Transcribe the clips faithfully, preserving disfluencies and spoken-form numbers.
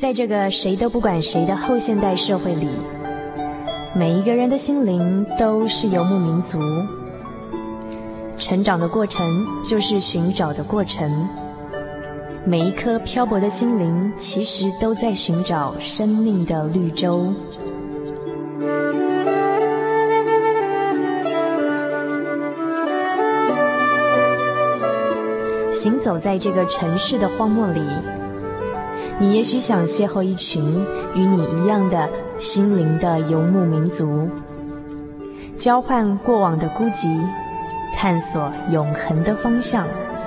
在这个谁都不管谁的后现代社会里，每一个人的心灵都是游牧民族。成长的过程就是寻找的过程，每一颗漂泊的心灵其实都在寻找生命的绿洲。行走在这个城市的荒漠里，你也许想邂逅一群与你一样的心灵的游牧民族，交换过往的孤寂，探索永恒的方向。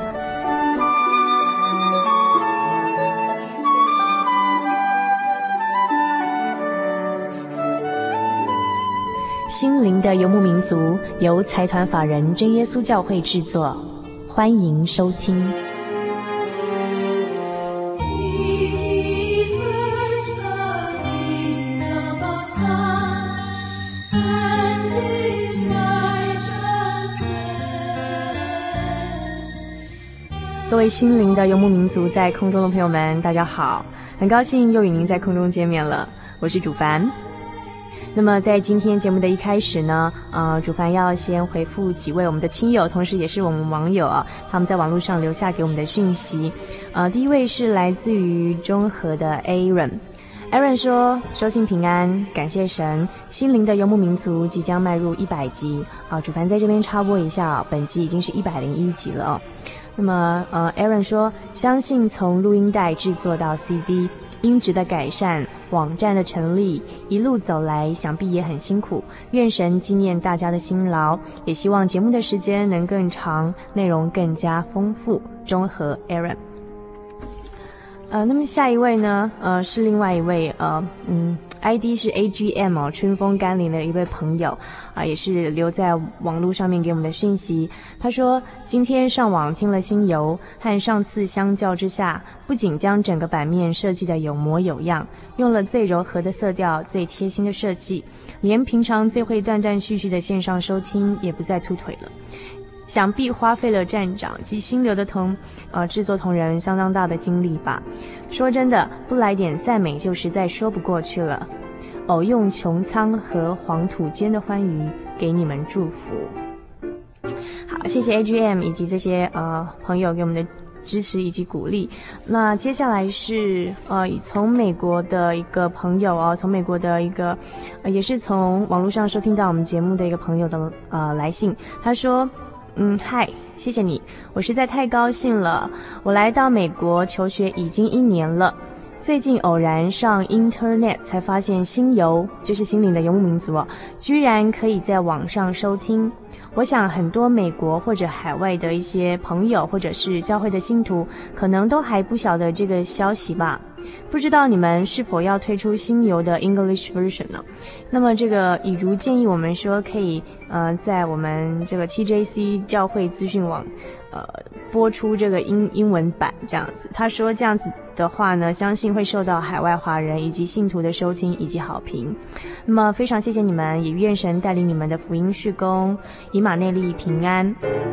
心灵的游牧民族由财团法人真耶稣教会制作，欢迎收听。各位心灵的游牧民族在空中的朋友们，大家好，很高兴又与您在空中见面了，我是主凡。那么在今天节目的一开始呢，呃，主凡要先回复几位我们的听友，同时也是我们网友啊，他们在网络上留下给我们的讯息。呃，第一位是来自于中和的 Aaron。Aaron 说：收信平安，感谢神，心灵的游牧民族即将迈入一百集啊！主凡在这边插播一下，本集已经是一百零一集了哦。那么，呃 ，Aaron 说，相信从录音带制作到 C D， 音质的改善，网站的成立，一路走来，想必也很辛苦。愿神纪念大家的辛劳，也希望节目的时间能更长，内容更加丰富。中和 Aaron。呃，那么下一位呢？呃，是另外一位呃，嗯 ，I D 是 A G M 哦，春风甘霖的一位朋友啊、呃，也是留在网络上面给我们的讯息。他说，今天上网听了新游，和上次相较之下，不仅将整个版面设计的有模有样，用了最柔和的色调、最贴心的设计，连平常最会断断续续的线上收听也不再秃腿了。想必花费了站长及心流的同呃制作同仁相当大的精力吧。说真的，不来点赞美就实在说不过去了。偶用穹苍和黄土间的欢愉，给你们祝福。好，谢谢 A G M 以及这些呃朋友给我们的支持以及鼓励。那接下来是呃从美国的一个朋友哦，从美国的一个、呃、也是从网络上收听到我们节目的一个朋友的呃来信，他说。嗯，嗨，谢谢你，我实在太高兴了。我来到美国求学已经一年了，最近偶然上 Internet 才发现新游，就是心灵的游牧民族哦，居然可以在网上收听。我想很多美国或者海外的一些朋友或者是教会的信徒，可能都还不晓得这个消息吧。不知道你们是否要推出新游的 English version 呢？那么这个以如建议我们说可以呃在我们这个 T J C 教会资讯网呃播出这个英英文版这样子。他说这样子的话呢，相信会受到海外华人以及信徒的收听以及好评。那么非常谢谢你们，也愿神带领你们的福音事工以马内利平安。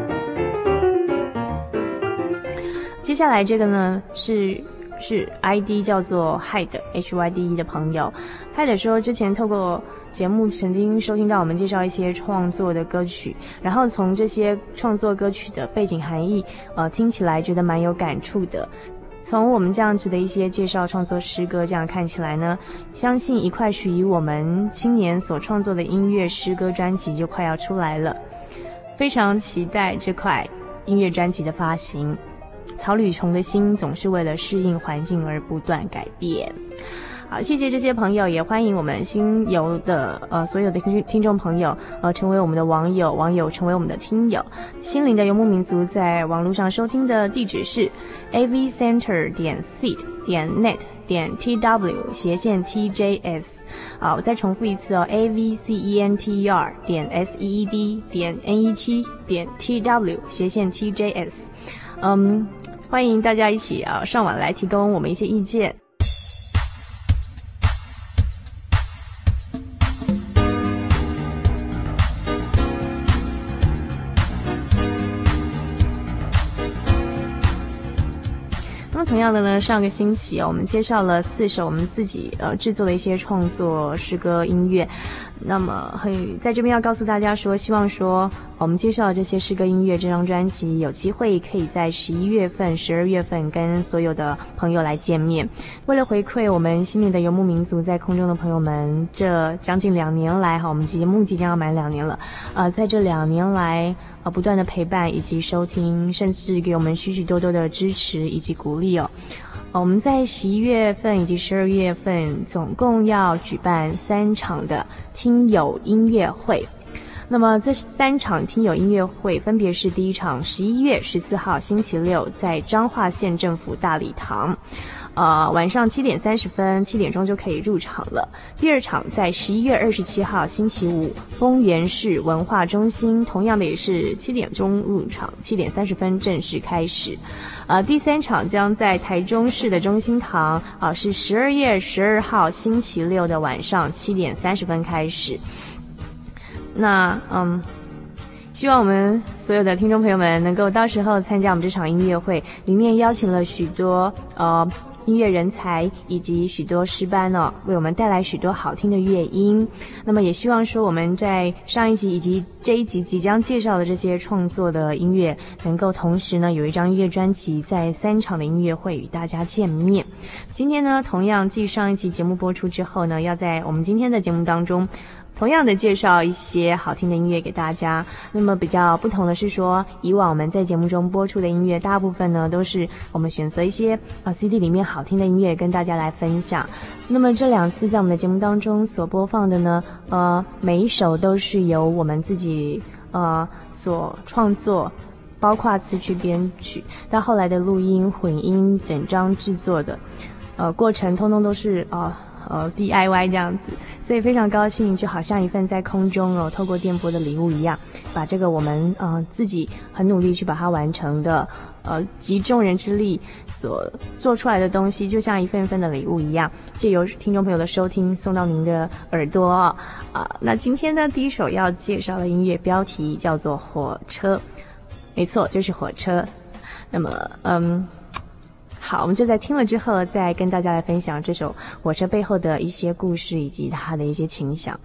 接下来这个呢是是 I D 叫做 Hyde H Y D E 的朋友。Hyde 说之前透过节目曾经收听到我们介绍一些创作的歌曲，然后从这些创作歌曲的背景含义呃听起来觉得蛮有感触的。从我们这样子的一些介绍创作诗歌这样看起来呢，相信一块属于我们青年所创作的音乐诗歌专辑就快要出来了，非常期待这块音乐专辑的发行。草履虫的心总是为了适应环境而不断改变。好，谢谢这些朋友，也欢迎我们新游的呃所有的听听众朋友呃成为我们的网友，网友成为我们的听友。心灵的游牧民族在网络上收听的地址是 a v center 点 seed 点 net 点 t w 斜线 t j s。啊，我再重复一次哦 ，a v c e n t e r 点 s e e d 点 n e t 点 t w 斜线 t j s。嗯，欢迎大家一起啊上网来提供我们一些意见。 同样的呢，上个星期哦，我们介绍了四首我们自己呃制作的一些创作诗歌音乐。那么会在这边要告诉大家说，希望说我们介绍的这些诗歌音乐这张专辑，有机会可以在十一月份、十二月份跟所有的朋友来见面。为了回馈我们心灵的游牧民族在空中的朋友们，这将近两年来哈，我们节目即将要满两年了，呃，在这两年来呃不断的陪伴以及收听，甚至给我们许许多多的支持以及鼓励哦。我们在十一月份以及十二月份总共要举办三场的听友音乐会。那么这三场听友音乐会分别是第一场十一月十四号星期六在彰化县政府大礼堂，呃，晚上七点三十分，七点钟就可以入场了。第二场在十一月二十七号星期五，丰原市文化中心，同样的也是七点钟入场，七点三十分正式开始。呃，第三场将在台中市的中心堂，啊、呃，是十二月十二号星期六的晚上七点三十分开始。那嗯。希望我们所有的听众朋友们能够到时候参加我们这场音乐会，里面邀请了许多呃音乐人才以及许多诗班哦，为我们带来许多好听的乐音。那么也希望说我们在上一集以及这一集即将介绍的这些创作的音乐，能够同时呢有一张音乐专辑在三场的音乐会与大家见面。今天呢，同样继上一集节目播出之后呢，要在我们今天的节目当中同样的介绍一些好听的音乐给大家。那么比较不同的是说，以往我们在节目中播出的音乐大部分呢都是我们选择一些啊 C D 里面好听的音乐跟大家来分享。那么这两次在我们的节目当中所播放的呢，呃每一首都是由我们自己呃所创作，包括词曲编曲到后来的录音混音整张制作的呃过程通通都是呃呃 D I Y 这样子，所以非常高兴，就好像一份在空中哦透过电波的礼物一样，把这个我们呃自己很努力去把它完成的呃集众人之力所做出来的东西，就像一份一份的礼物一样，借由听众朋友的收听送到您的耳朵啊、哦呃。那今天呢，第一首要介绍的音乐标题叫做火车，没错，就是火车。那么嗯。好，我们就在听了之后再跟大家来分享这首火车背后的一些故事以及它的一些情想。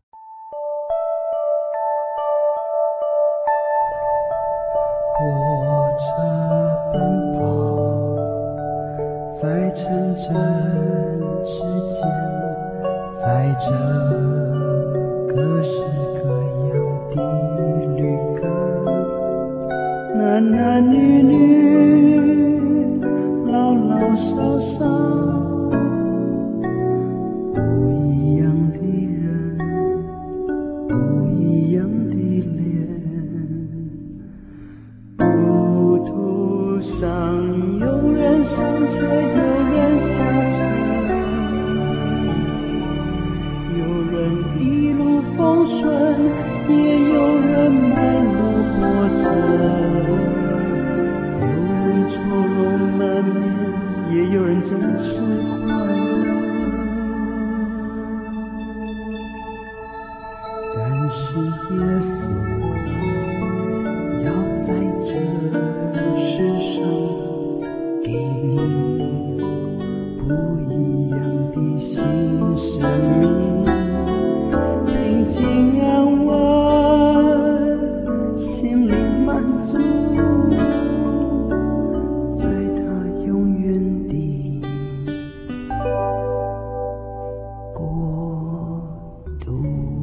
火车奔跑在城镇之间，载着各式各样的旅客，男男女女，老老少少，不一样的人，不一样的脸，路途上有人上车，有人下车，有人一路风顺，也有人满路波折，有人愁容满面，也有人总是快乐。但是耶稣要在这世上给你不一样的新生命，平静安稳，心灵满足，在他永远的国度。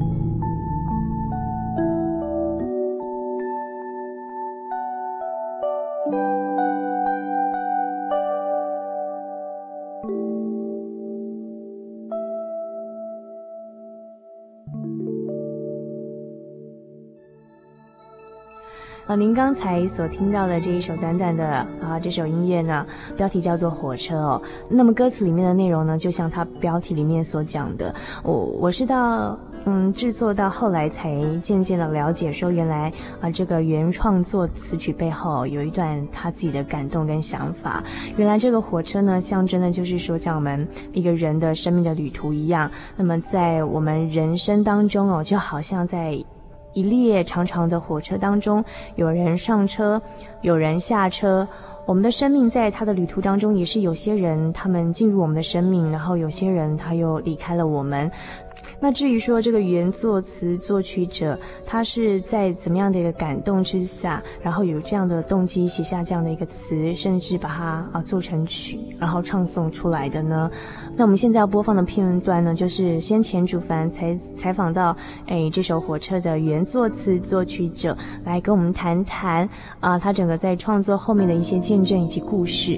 呃，您刚才所听到的这一首短短的啊，这首音乐呢，标题叫做《火车》哦。那么歌词里面的内容呢，就像它标题里面所讲的，我我是到嗯制作到后来才渐渐的了解，说原来啊这个原创作词曲背后有一段他自己的感动跟想法。原来这个火车呢，象征的就是说像我们一个人的生命的旅途一样。那么在我们人生当中哦，就好像在一列长长的火车当中，有人上车，有人下车， 我们的生命在他的旅途当中，也是有些人他们进入我们的生命，然后有些人他又离开了我们。那至于说这个原作词作曲者他是在怎么样的一个感动之下，然后有这样的动机写下这样的一个词，甚至把它啊做成曲，然后唱诵出来的呢？那我们现在要播放的片段呢，就是先前主凡采采访到哎这首火车的原作词作曲者，来跟我们谈谈啊他整个在创作后面的一些见证以及故事。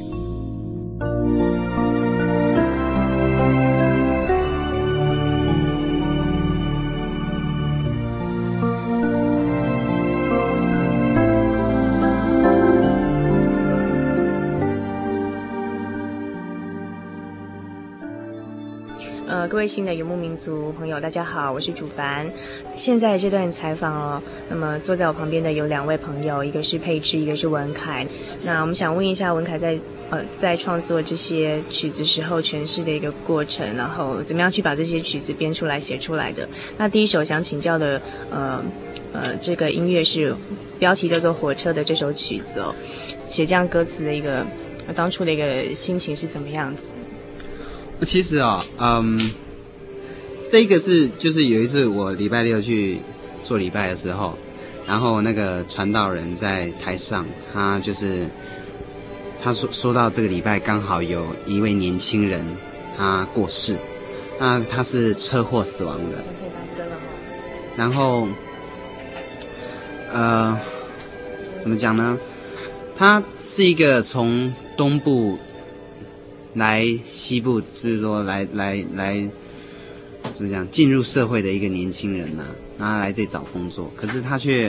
呃，各位新的游牧民族朋友，大家好，我是主凡。现在这段采访哦，那么坐在我旁边的有两位朋友，一个是佩芝，一个是文凯。那我们想问一下文凯在呃在创作这些曲子时候诠释的一个过程，然后怎么样去把这些曲子编出来写出来的。那第一首想请教的呃呃这个音乐是标题叫做《火车》的这首曲子哦，写这样歌词的一个、呃、当初的一个心情是什么样子？ 其实啊、哦，嗯，这个是就是有一次我礼拜六去做礼拜的时候，然后那个传道人在台上，他就是他说说到这个礼拜刚好有一位年轻人他过世，那他是车祸死亡的，然后呃怎么讲呢？他是一个从东部来西部，就是说来来来，怎么讲？进入社会的一个年轻人呐、啊，然后来这里找工作，可是他却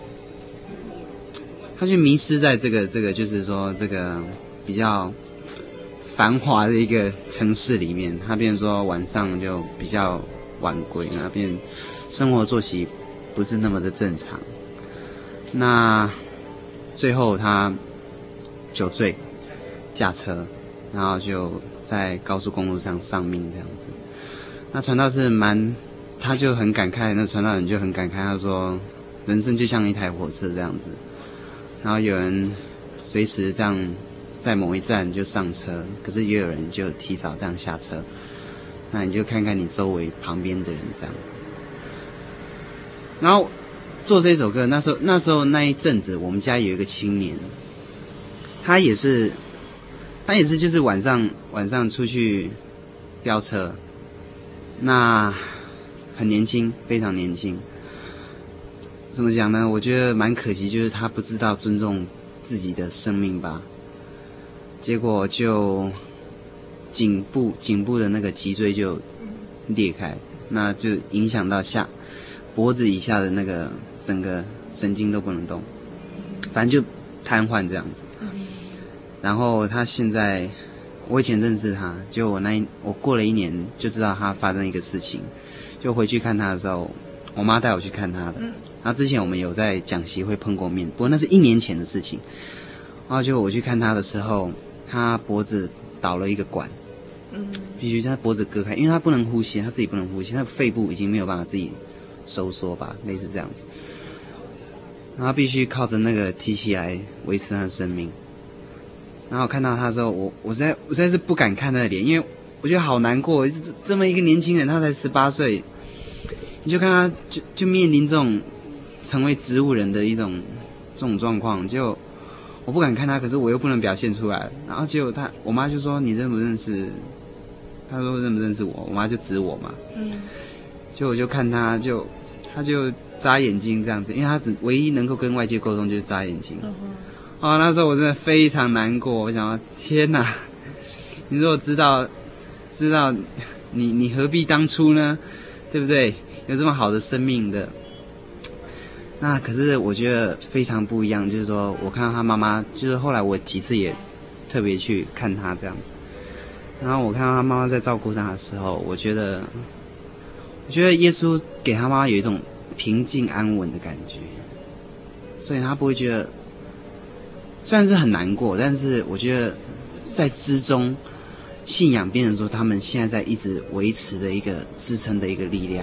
他却迷失在这个这个，就是说这个比较繁华的一个城市里面。他变成说晚上就比较晚归，然后变生活作息不是那么的正常。那最后他酒醉驾车，然后就在高速公路上丧命这样子。那传道是蛮，他就很感慨，那传道人就很感慨，他说人生就像一台火车这样子，然后有人随时这样在某一站就上车，可是也有人就提早这样下车。那你就看看你周围旁边的人这样子。然后做这首歌，那时候那时候那一阵子，我们家有一个青年，他也是。他也是，就是晚上晚上出去飙车，那很年轻，非常年轻。怎么讲呢？我觉得蛮可惜，就是他不知道尊重自己的生命吧。结果就颈部颈部的那个脊椎就裂开，那就影响到下脖子以下的那个整个神经都不能动，反正就瘫痪这样子。然后他现在，我以前认识他，就我那一我过了一年就知道他发生一个事情，就回去看他的时候，我妈带我去看他的。嗯。然后之前我们有在讲习会碰过面，不过那是一年前的事情。然后就我去看他的时候，他脖子倒了一个管，嗯，必须将他脖子割开，因为他不能呼吸，他自己不能呼吸，他肺部已经没有办法自己收缩吧，类似这样子。然后必须靠着那个机器来维持他的生命。然后看到他的时候，我我实在我实在是不敢看他的脸，因为我觉得好难过。这这么一个年轻人，他才十八岁，你就看他就就面临这种成为植物人的一种这种状况，就我不敢看他，可是我又不能表现出来。然后结果他我妈就说：“你认不认识？”他说：“认不认识我？”我妈就指我嘛。嗯。就我就看他就他就眨眼睛这样子，因为他只唯一能够跟外界沟通就是眨眼睛。嗯哦，那时候我真的非常难过，我想说天哪，你如果知道知道你你何必当初呢，对不对？有这么好的生命的。那可是我觉得非常不一样，就是说我看到他妈妈，就是后来我几次也特别去看他这样子，然后我看到他妈妈在照顾他的时候，我觉得我觉得耶稣给他妈妈有一种平静安稳的感觉，所以他不会觉得虽然是很难过，但是我觉得在之中信仰变成说他们现在在一直维持的一个支撑的一个力量。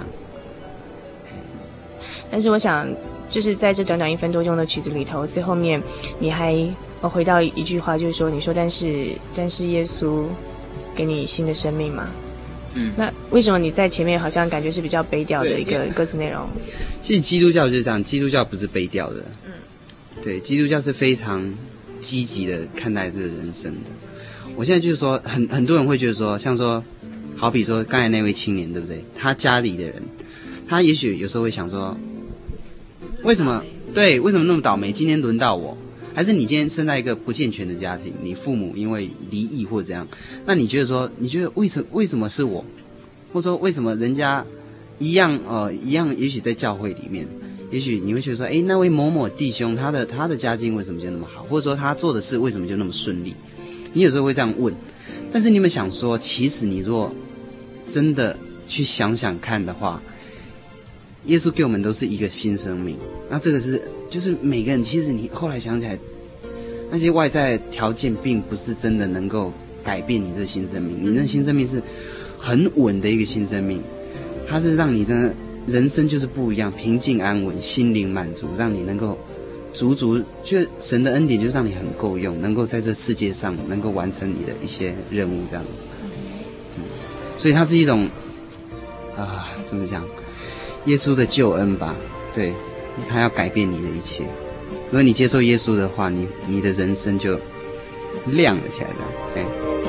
但是我想就是在这短短一分多钟的曲子里头，最后面你还呃回到一句话，就是说，你说但是但是耶稣给你新的生命嘛。嗯，那为什么你在前面好像感觉是比较悲调的一个歌词内容？ 其实基督教就是这样，基督教不是悲调的，嗯，对，基督教是非常积极的看待这个人生的。我现在就是说，很很多人会觉得说，像说，好比说刚才那位青年，对不对？他家里的人，他也许有时候会想说，为什么对，为什么那么倒霉？今天轮到我？还是你今天生在一个不健全的家庭，你父母因为离异或怎样，那你觉得说，你觉得为什么为什么是我，或者说为什么人家一样呃一样，也许在教会里面，也许你会觉得说，哎，那位某某弟兄他的他的家境为什么就那么好，或者说他做的事为什么就那么顺利？你有时候会这样问，但是你们想说，其实你若真的去想想看的话，耶稣给我们都是一个新生命，那这个是就是每个人，其实你后来想起来，那些外在条件并不是真的能够改变你这新生命，你那新生命是很稳的一个新生命，它是让你真的人生就是不一样，平静安稳，心灵满足，让你能够足足，就神的恩典就让你很够用，能够在这世界上能够完成你的一些任务，这样子。嗯，所以它是一种啊、呃，怎么讲？耶稣的救恩吧，对，他要改变你的一切。如果你接受耶稣的话，你你的人生就亮了起来的。对。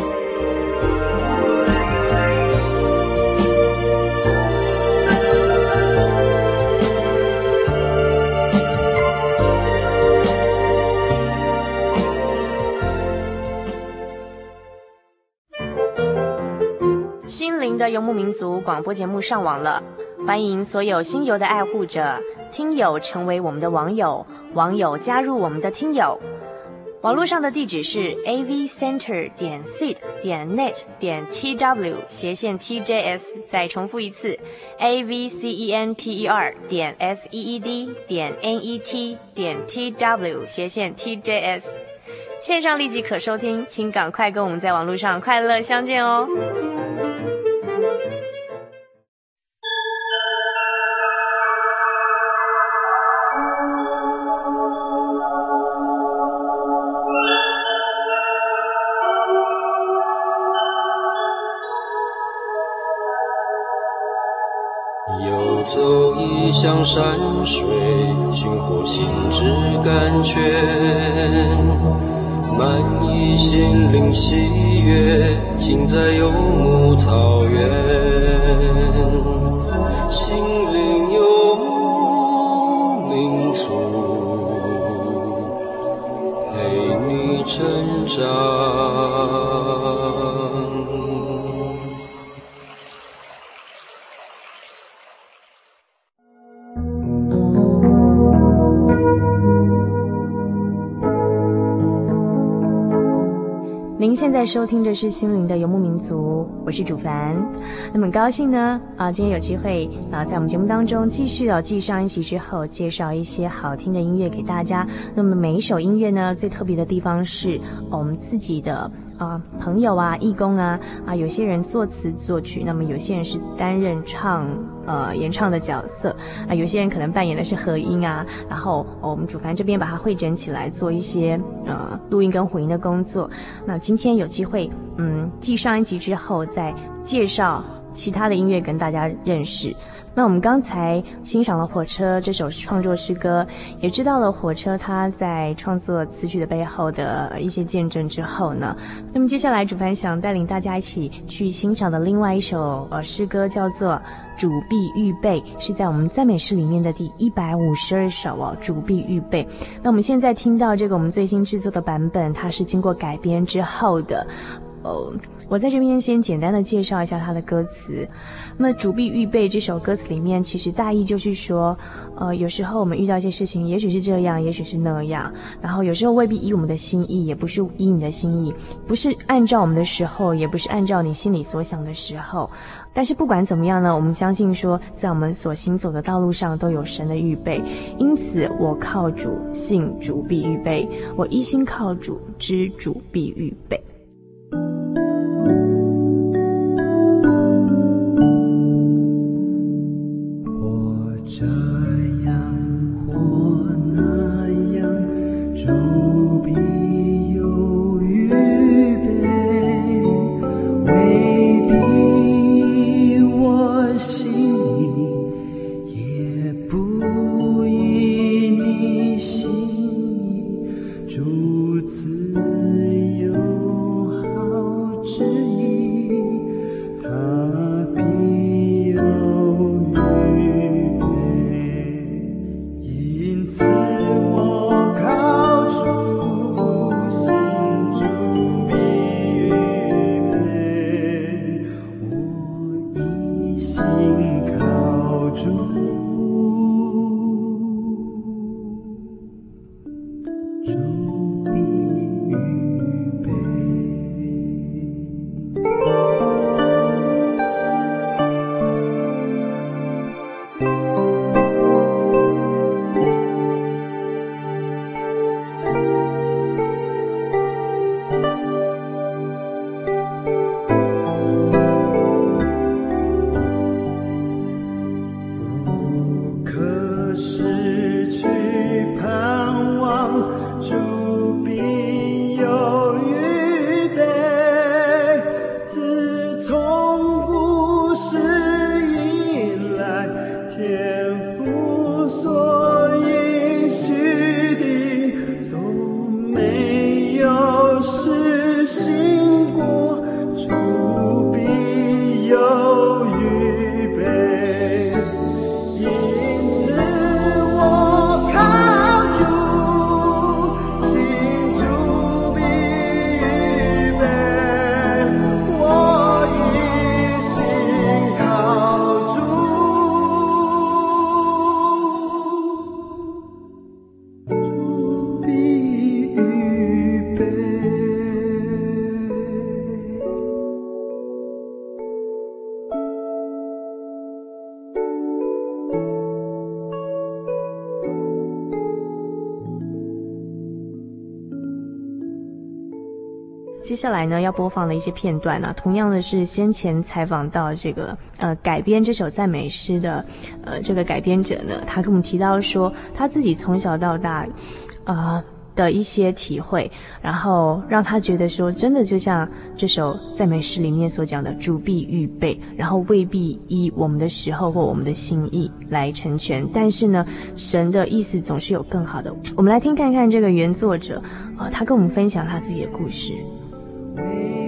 心灵的游牧民族广播节目上网了，欢迎所有心游的爱护者、听友成为我们的网友，网友加入我们的听友。网络上的地址是 a v center 点 seed 点 net 点 t w 斜线 t j s， 再重复一次 a v c e n t e r 点 s e e d 点 n e t 点 t w 斜线 t j s。 线上立即可收听，请赶快跟我们在网络上快乐相见哦。 游走异乡山水，寻获心之甘泉，满溢心灵喜悦，尽在游牧草原。心灵游牧民族，陪你成长。 您现在收听的是心灵的游牧民族，我是主凡。那么很高兴呢，啊，今天有机会啊，在我们节目当中继续哦，继上一集之后介绍一些好听的音乐给大家。那么每一首音乐呢，最特别的地方是、哦、我们自己的啊朋友啊、义工啊啊，有些人作词作曲，那么有些人是担任唱呃演唱的角色啊，有些人可能扮演的是和音啊，然后、哦、我们主凡这边把它汇整起来做一些呃录音跟混音的工作。那今天有机会，嗯，继上一集之后再介绍其他的音乐跟大家认识。那我们刚才欣赏了《火车》这首创作诗歌，也知道了火车它在创作词曲的背后的一些见证之后呢，那么接下来主凡想带领大家一起去欣赏的另外一首呃诗歌叫做《主必预备》，是在我们赞美诗里面的第一百五十二首哦，《主必预备》。那我们现在听到这个我们最新制作的版本，它是经过改编之后的。哦，我在这边先简单的介绍一下它的歌词。那么主必预备这首歌词里面，其实大意就是说，呃，有时候我们遇到一些事情，也许是这样，也许是那样，然后有时候未必依我们的心意，也不是依你的心意，不是按照我们的时候，也不是按照你心里所想的时候。但是不管怎么样呢，我们相信说，在我们所行走的道路上都有神的预备。因此，我靠主，信主必预备；我一心靠主，知主必预备。 这样或那样，主必接下来呢要播放的一些片段呢、啊，同样的是先前采访到这个呃改编这首赞美诗的呃这个改编者呢，他跟我们提到说他自己从小到大呃的一些体会，然后让他觉得说真的就像这首赞美诗里面所讲的，主必预备，然后未必依我们的时候或我们的心意来成全，但是呢神的意思总是有更好的。我们来听看看这个原作者呃他跟我们分享他自己的故事。 未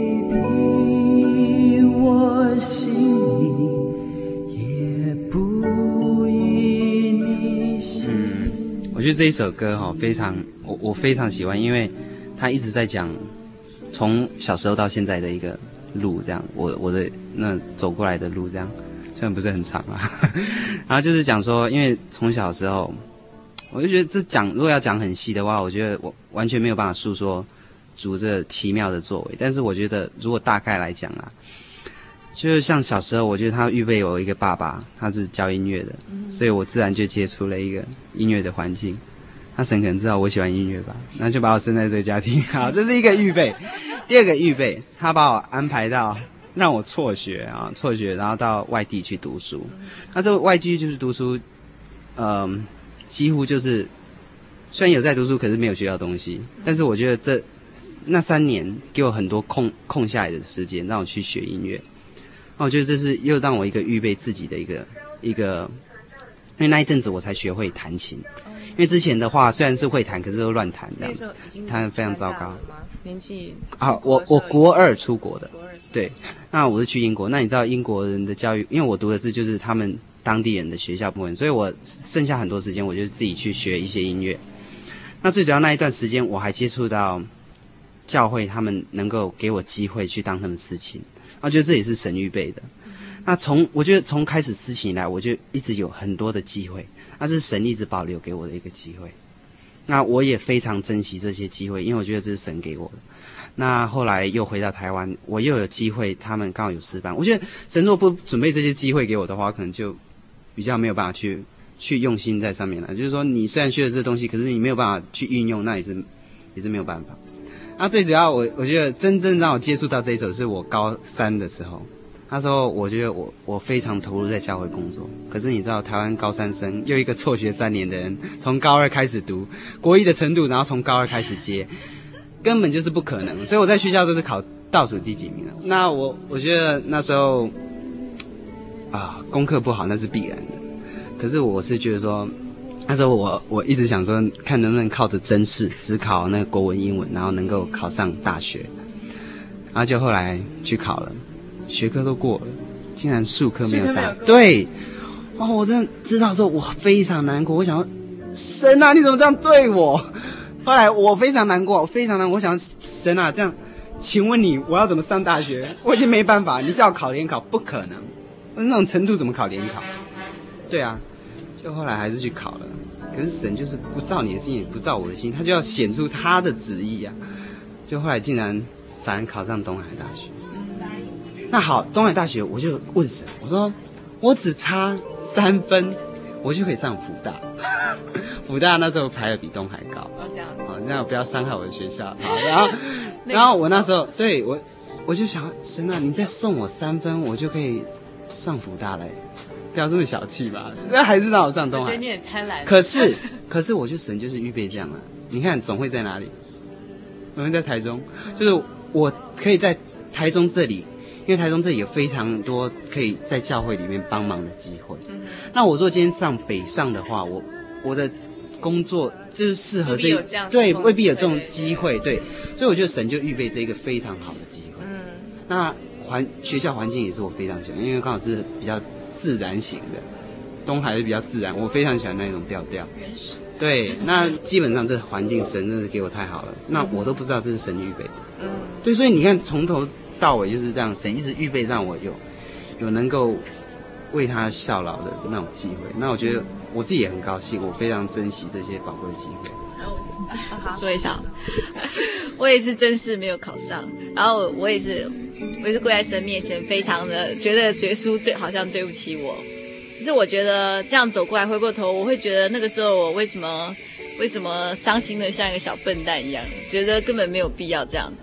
必我心意，也不依你心。 我觉得这一首歌哈非常，我我非常喜欢，因为他一直在讲从小时候到现在的一个路，这样我我的那走过来的路，这样虽然不是很长啊，然后就是讲说，因为从小的时候，我就觉得这讲如果要讲很细的话，我觉得我完全没有办法诉说主这奇妙的作为，但是我觉得如果大概来讲啊。就是像小时候，我觉得他预备有一个爸爸，他是教音乐的，所以我自然就接触了一个音乐的环境。那神可能知道我喜欢音乐吧，那就把我生在这个家庭。好，这是一个预备。第二个预备，他把我安排到让我辍学啊，辍学，然后到外地去读书。那这个外地就是读书，嗯，几乎就是虽然有在读书，可是没有学到东西。但是我觉得这那三年给我很多空空下来的时间，让我去学音乐。那我觉得这是又让我一个预备自己的一个一个，因为那一阵子我才学会弹琴，因为之前的话虽然是会弹，可是都乱弹这样子，弹非常糟糕。 年纪啊，我我国二出国的，对，那我是去英国。那你知道英国人的教育，因为我读的是就是他们当地人的学校部分，所以我剩下很多时间，我就自己去学一些音乐。那最主要那一段时间，我还接触到教会，他们能够给我机会去当他们司琴。我觉得这也是神预备的。那从我觉得从开始司琴以来，我就一直有很多的机会，那是神一直保留给我的一个机会。那我也非常珍惜这些机会，因为我觉得这是神给我的。那后来又回到台湾，我又有机会，他们刚好有诗班。我觉得神若不准备这些机会给我的话，可能就比较没有办法去去用心在上面了。就是说，你虽然学了这东西，可是你没有办法去运用，那也是也是没有办法。那最主要我，我我觉得真正让我接触到这一首是我高三的时候。那时候我觉得我我非常投入在教会工作，可是你知道台湾高三生又一个辍学三年的人，从高二开始读国一的程度，然后从高二开始接，根本就是不可能。所以我在学校都是考倒数第几名了。那我我觉得那时候啊功课不好那是必然的，可是我是觉得说。那时候我我一直想说，看能不能靠着甄试，只考那个国文、英文，然后能够考上大学。然后就后来去考了，学科都过了，竟然数科没有到。对，哦，我真的知道说，我非常难过。我想说，神啊，你怎么这样对我？后来我非常难过，我非常难过。我想说，神啊，这样，请问你我要怎么上大学？我已经没办法，你叫我考联考，不可能。我那种程度怎么考联考？对啊。就后来还是去考了，可是神就是不照你的心，也不照我的心，他就要显出他的旨意啊。就后来竟然反而考上东海大学。那好，东海大学我就问神，我说我只差三分，我就可以上福大。福大那时候排的比东海高，哦这样，好这样不要伤害我的学校。好，然后然后我那时候对我我就想，神啊，你再送我三分，我就可以上福大嘞。不要这么小气吧，那还是让我上东海。 我觉得你很贪婪。 可是，可是我就神就是预备这样啊。你看，总会在哪里？总会在台中，就是我可以在台中这里，因为台中这里有非常多可以在教会里面帮忙的机会。嗯、那我如果今天上北上的话，我我的工作就是适合这对未必有这种机会，对，所以我觉得神就预备这一个非常好的机会。嗯，那环学校环境也是我非常喜欢，因为刚好是比较。自然型的，东海是比较自然，我非常喜欢那种调调。原始。对，那基本上这环境神真的给我太好了，那我都不知道这是神预备的。嗯。对，所以你看从头到尾就是这样，神一直预备让我有有能够为他效劳的那种机会。那我觉得我自己也很高兴，我非常珍惜这些宝贵的机会。 我说一下，我也是真是没有考上，然后我也是。我也是跪在神面前，非常的觉得耶稣对好像对不起我。可是我觉得这样走过来，回过头，我会觉得那个时候我为什么为什么伤心的像一个小笨蛋一样，觉得根本没有必要这样子。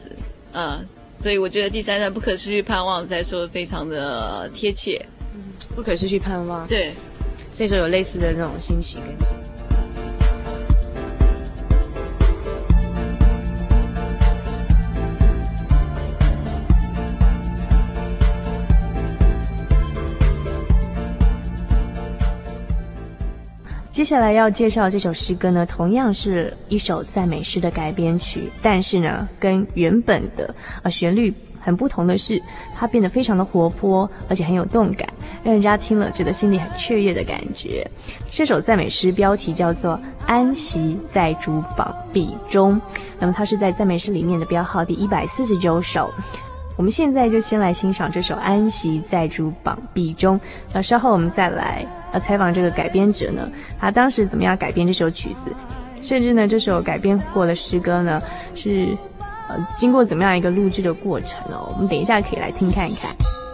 嗯，所以我觉得第三段不可失去盼望才说的非常的贴切。 不可失去盼望， 对， 所以说有类似的那种欣喜跟敬。接下来要介绍这首诗歌呢，同样是一首赞美诗的改编曲，但是呢，跟原本的呃旋律很不同的是，它变得非常的活泼，而且很有动感，让人家听了觉得心里很雀跃的感觉。这首赞美诗标题叫做《安息在主膀臂中》，那么它是在赞美诗里面的标号第一百四十九首。我们现在就先来欣赏这首《安息在主膀臂中》，那稍后我们再来呃采访这个改编者呢，他当时怎么样改编这首曲子，甚至呢这首改编过的诗歌呢是呃经过怎么样一个录制的过程哦，我们等一下可以来听看看。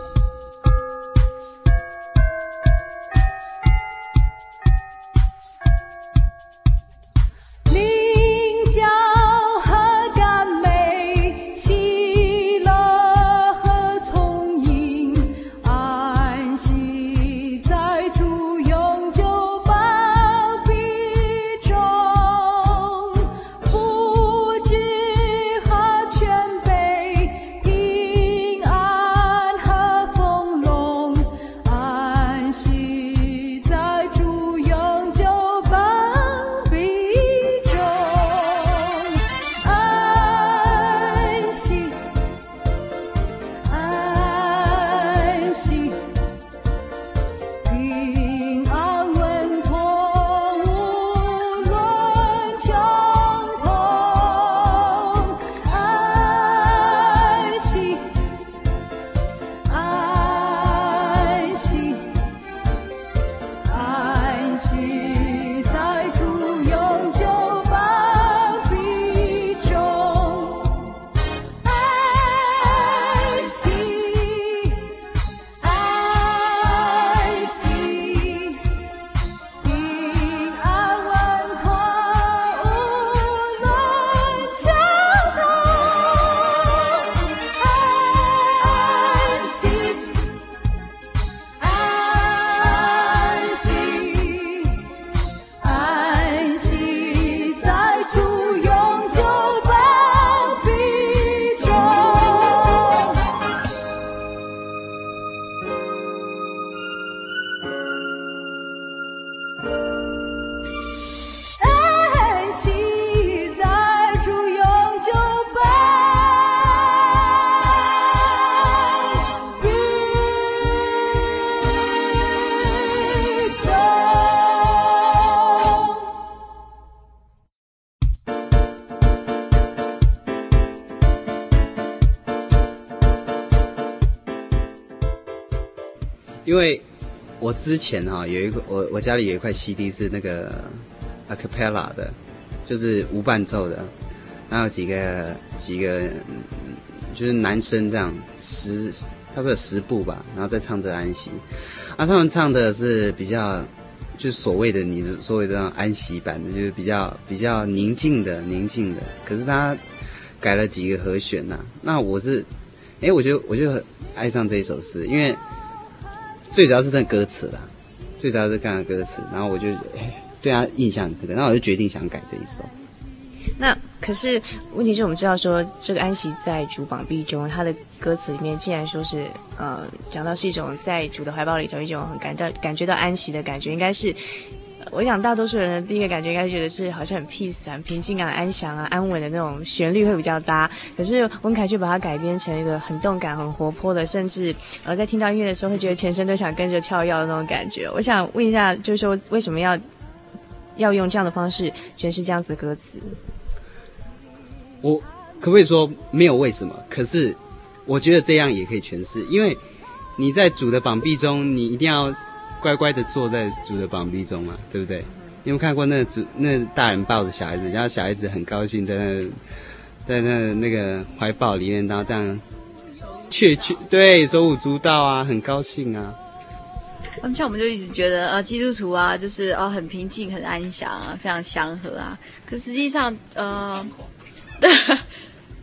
因为我之前哈、啊、有一个我我家里有一块 C D 是那个 a cappella 的，就是无伴奏的，然后有几个几个就是男生这样十差不多有十部吧，然后再唱着安息，啊，他们唱的是比较就是所谓的你所谓的那种安息版的，就是比较比较宁静的宁静的，可是他改了几个和弦呐、啊，那我是哎我就我就爱上这一首诗，因为最主要是那歌词啦，最主要是看歌词，然后我就对他印象很深刻，然后我就决定想改这一首。 那可是问题是我们知道说这个安息在主膀臂中，它的歌词里面既然说是呃讲到是一种在主的怀抱里头一种很感到感觉到安息的感觉，应该是我想大多数人的第一个感觉应该觉得是好像很 peace 很平静啊安详啊安稳的那种旋律会比较搭，可是温凯却把它改编成一个很动感很活泼的，甚至呃在听到音乐的时候会觉得全身都想跟着跳跃的那种感觉。我想问一下，就是说为什么要要用这样的方式诠释这样子的歌词？ 我可不可以说没有为什么，可是我觉得这样也可以诠释，因为你在主的膀臂中，你一定要乖乖的坐在主的膀臂中嘛，对不对？你有没有看过那主那大人抱着小孩子，然后小孩子很高兴在那在那那个怀抱里面，然后这样确确对手舞足蹈啊，很高兴啊。 像我们就一直觉得呃基督徒啊就是呃很平静很安详啊，非常祥和啊，可实际上呃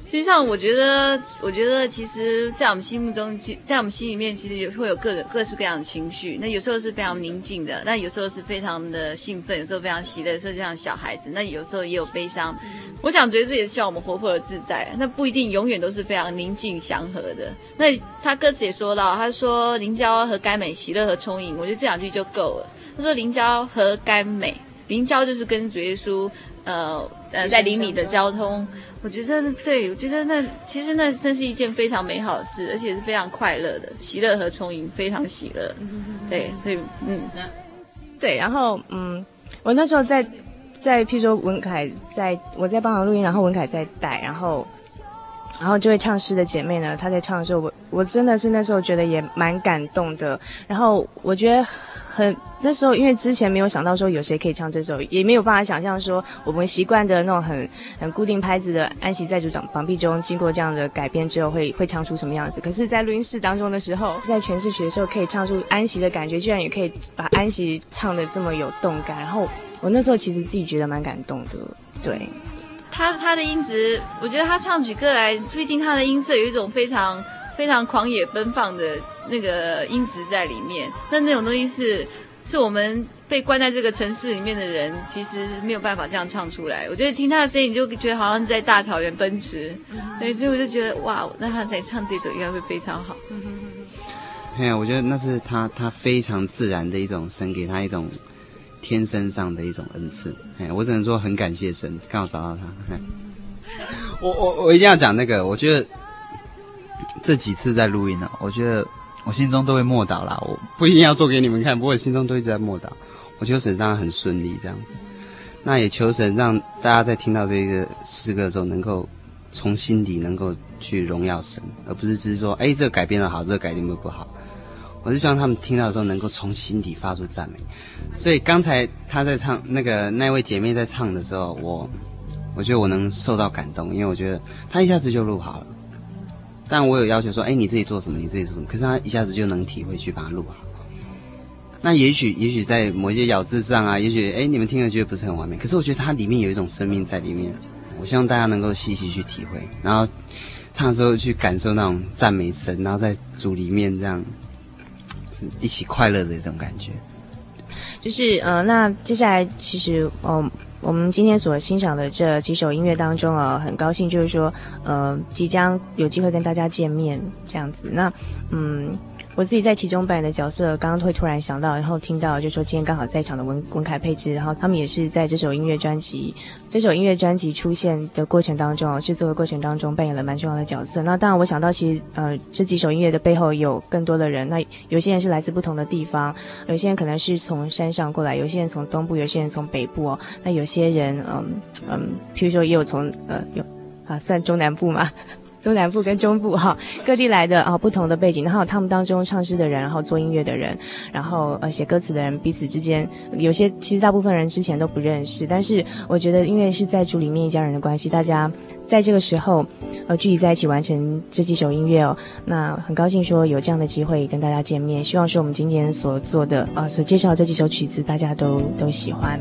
实际上，我觉得，我觉得，其实，在我们心目中，其在我们心里面，其实也会有各各式各样的情绪。那有时候是非常宁静的，那有时候是非常的兴奋，有时候非常喜乐，有时候就像小孩子。那有时候也有悲伤。我想，爵士也是希望我们活泼而自在，那不一定永远都是非常宁静祥和的。那他歌词也说到，他说“临交和甘美，喜乐和充盈”，我觉得这两句就够了。他说“临交和甘美”，临交就是跟主耶稣，呃呃，在邻里的交通。我觉得对，我觉得那其实那那是一件非常美好的事，而且是非常快乐的，喜乐和充盈，非常喜乐。对，所以嗯， 对，然后嗯，我那时候在在譬如说文凯在我在帮忙录音，然后文凯在带，然后然后这位唱诗的姐妹呢，她在唱的时候，我我真的是那时候觉得也蛮感动的，然后我觉得很那时候因为之前没有想到说有谁可以唱这首，也没有办法想象说我们习惯的那种很很固定拍子的安息在主掌膀臂中，经过这样的改编之后会会唱出什么样子。可是在录音室当中的时候，在诠释曲的时候可以唱出安息的感觉，居然也可以把安息唱得这么有动感，然后我那时候其实自己觉得蛮感动的。对， 他他的音质，我觉得他唱起歌来，注意听他的音色有一种非常非常狂野奔放的那个音质在里面。那那种东西是是我们被关在这个城市里面的人，其实没有办法这样唱出来。我觉得听他的声音，你就觉得好像在大草原奔驰，对，所以我就觉得哇，那他在唱这首应该会非常好。 哎呀，我觉得那是他他非常自然的一种神给他一种天生上的一种恩赐。哎，我只能说很感谢神，刚好找到他。我我我一定要讲那个，我觉得这几次在录音呢、啊，我觉得我心中都会默祷啦。我不一定要做给你们看，不过我心中都一直在默祷。我求神让它很顺利这样子，那也求神让大家在听到这个诗歌的时候，能够从心底能够去荣耀神，而不是只是说，哎，这个改编的好，这个改编的不好。我是希望他们听到的时候，能够从心底发出赞美。所以刚才他在唱那个那位姐妹在唱的时候，我我觉得我能受到感动，因为我觉得他一下子就录好了。但我有要求说，哎，你自己做什么，你自己做什么，可是他一下子就能体会去把它录好。那也许也许在某一些咬字上啊，也许哎你们听了觉得不是很完美，可是我觉得它里面有一种生命在里面。我希望大家能够细细去体会，然后唱的时候去感受那种赞美神，然后在主里面这样一起快乐的这种感觉。 就是呃，那接下来其实嗯、呃，我们今天所欣赏的这几首音乐当中啊，很高兴就是说呃，即将有机会跟大家见面这样子。那嗯。我自己在其中扮演的角色，刚刚会突然想到，然后听到就说今天刚好在场的文文凯配置，然后他们也是在这首音乐专辑这首音乐专辑出现的过程当中，制作的过程当中扮演了蛮重要的角色。那当然我想到其实呃这几首音乐的背后有更多的人，那有些人是来自不同的地方，有些人可能是从山上过来，有些人从东部，有些人从北部哦，那有些人嗯嗯譬如说也有从呃有啊算中南部嘛。中南部跟中部哈，各地来的啊，不同的背景，然后他们当中唱诗的人，然后做音乐的人，然后呃写歌词的人，彼此之间有些其实大部分人之前都不认识，但是我觉得因为是在主里面一家人的关系，大家在这个时候呃聚集在一起完成这几首音乐哦，那很高兴说有这样的机会跟大家见面，希望说我们今天所做的啊、呃、所介绍的这几首曲子大家都都喜欢。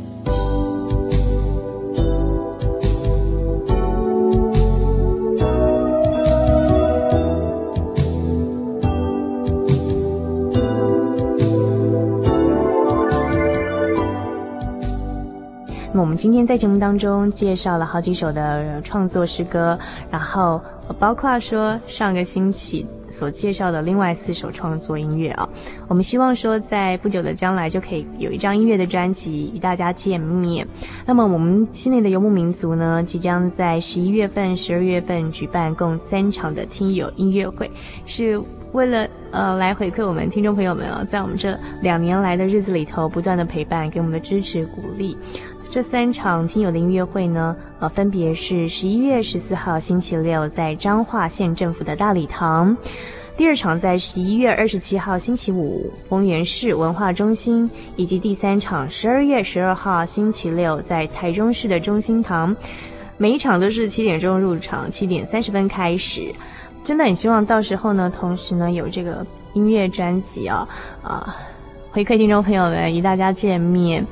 那么我们今天在节目当中介绍了好几首的创作诗歌，然后包括说上个星期所介绍的另外四首创作音乐啊，我们希望说在不久的将来就可以有一张音乐的专辑与大家见面。那么我们心灵的游牧民族呢，即将在十一月份、十二月份举办共三场的听友音乐会，是为了呃来回馈我们听众朋友们啊，在我们这两年来的日子里头不断的陪伴，给我们的支持鼓励。这三场听友的音乐会呢，呃，分别是十一月十四号星期六在彰化县政府的大礼堂，第二场在十一月二十七号星期五丰原市文化中心，以及第三场十二月十二号星期六在台中市的中心堂。每一场都是七点钟入场，七点三十分开始。真的很希望到时候呢，同时呢有这个音乐专辑啊啊、呃，回馈听众朋友们与大家见面。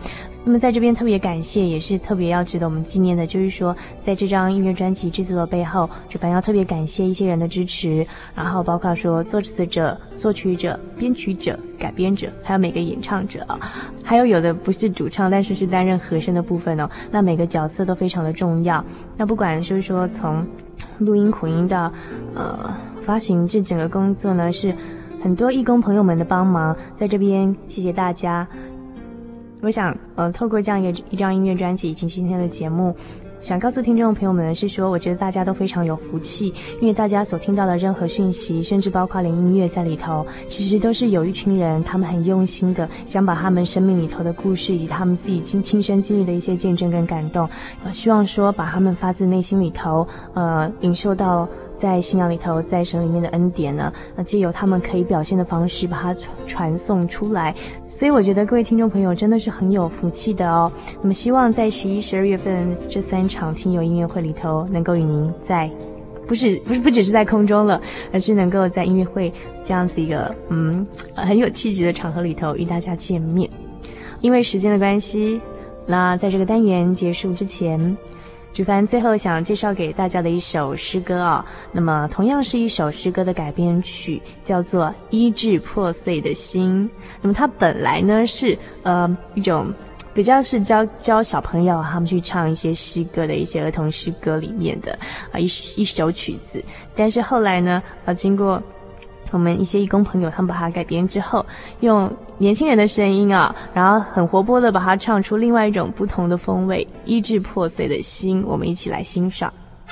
那么在这边特别感谢，也是特别要值得我们纪念的，就是说在这张音乐专辑制作的背后，主凡要特别感谢一些人的支持，然后包括说作词者、作曲者、编曲者、改编者，还有每个演唱者啊，还有有的不是主唱，但是是担任和声的部分哦。那每个角色都非常的重要。那不管就是说从录音、混音到呃发行，这整个工作呢是很多义工朋友们的帮忙，在这边谢谢大家。我想，呃，透过这样一个一张音乐专辑以及今天的节目，想告诉听众朋友们的是说，我觉得大家都非常有福气，因为大家所听到的任何讯息，甚至包括连音乐在里头，其实都是有一群人，他们很用心的想把他们生命里头的故事，以及他们自己亲亲身经历的一些见证跟感动，呃，希望说把他们发自内心里头，呃，领受到在信仰里头，在神里面的恩典呢，呃，藉由他们可以表现的方式，把它传送出来。所以我觉得各位听众朋友真的是很有福气的哦。那么希望在十一、十二月份这三场听友音乐会里头，能够与您在不是不是不只是在空中了，而是能够在音乐会这样子一个嗯很有气质的场合里头与大家见面。因为时间的关系，那在这个单元结束之前，主凡最后想介绍给大家的一首诗歌啊、哦，那么同样是一首诗歌的改编曲，叫做《医治破碎的心》。那么它本来呢是呃一种比较是教教小朋友他们去唱一些诗歌的一些儿童诗歌里面的啊、呃、一一首曲子，但是后来呢呃经过我们一些义工朋友他们把它改编之后，用年轻人的声音啊，然后很活泼的把它唱出另外一种不同的风味，医治破碎的心，我们一起来欣赏。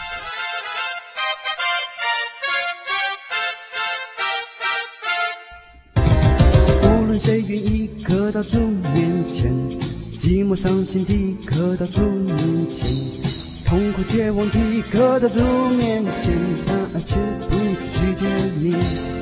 无论谁愿意刻到主面前，寂寞伤心的刻到主面前，痛苦绝望的刻到主面前，他却不拒绝你。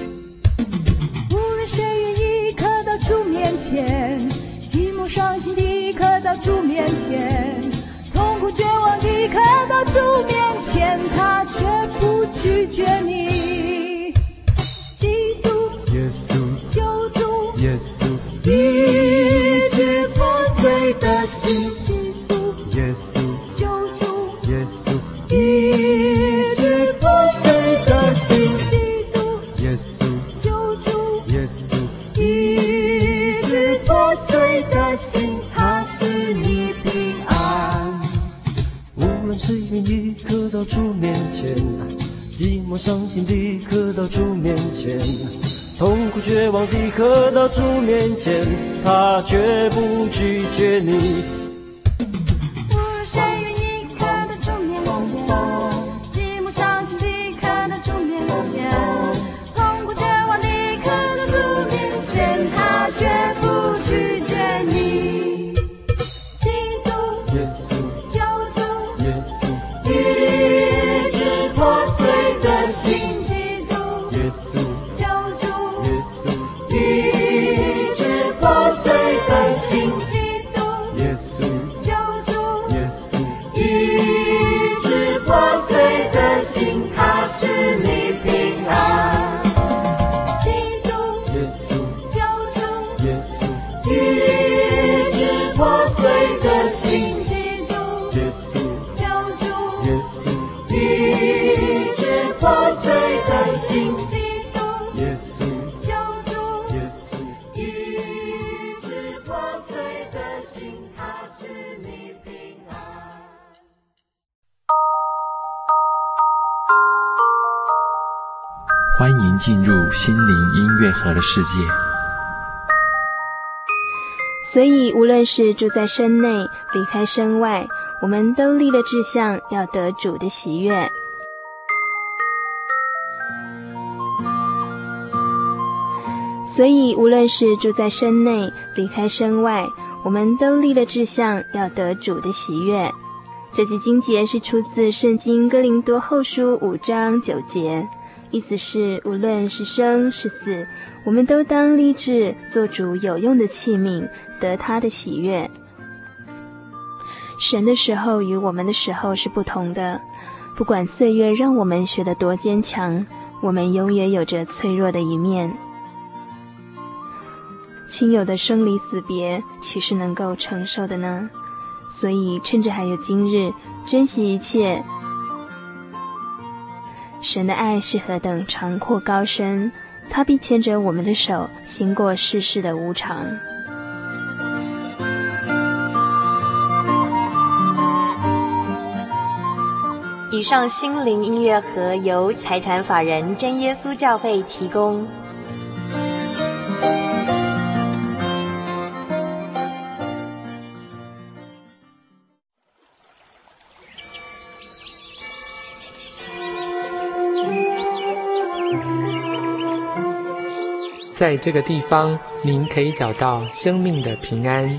主面前，寂寞伤心的刻到主面前，痛苦绝望的刻到主面前，他却不拒绝你。基督耶稣救主耶稣医治破碎的心，基督耶稣救主耶稣医治破碎的心，基督耶稣救主耶稣医治破碎的心，他赐你平安。 无论谁愿意刻到主面前，寂寞伤心的刻到主面前，痛苦绝望的刻到主面前，他绝不拒绝你。 无论谁愿意刻到主面前，寂寞伤心的刻到主面前，痛苦绝望的刻到主面前，他绝不拒绝你。基督耶稣救主耶稣医治破碎的心，基督耶稣救主耶稣医治破碎的心，基督耶稣救主耶稣医治破碎的心，他使你平安。基督耶稣救主耶稣医治破碎的心，基督耶稣救主耶稣医治破碎的心，基督耶稣救主耶稣医治破碎的心，他使你平安。 欢迎进入心灵音乐盒的世界。 所以无论是住在身内离开身外，我们都立了志向，要得主的喜悦。所以无论是住在身内离开身外，我们都立了志向，要得主的喜悦。这节经节是出自圣经哥林多后书五章九节，意思是无论是生是死，我们都当立志做主有用的器皿，得他的喜悦。神的时候与我们的时候是不同的，不管岁月让我们学得多坚强，我们永远有着脆弱的一面。 亲友的生离死别岂是能够承受的呢？所以趁着还有今日，珍惜一切。神的爱是何等长阔高深，他必牵着我们的手，行过世事的无常。 以上心灵音乐盒由财团法人真耶稣教会提供。 在这个地方，您可以找到生命的平安。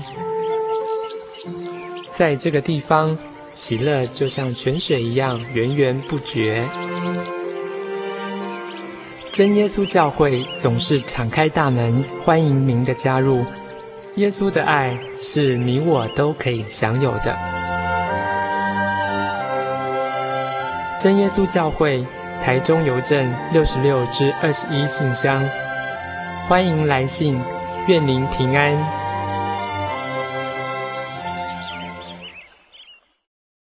在这个地方，喜乐就像泉水一样源源不绝。真耶稣教会总是敞开大门，欢迎您的加入。耶稣的爱是你我都可以享有的。真耶稣教会，台中邮政六十六至二十一信箱。欢迎来信，愿您平安。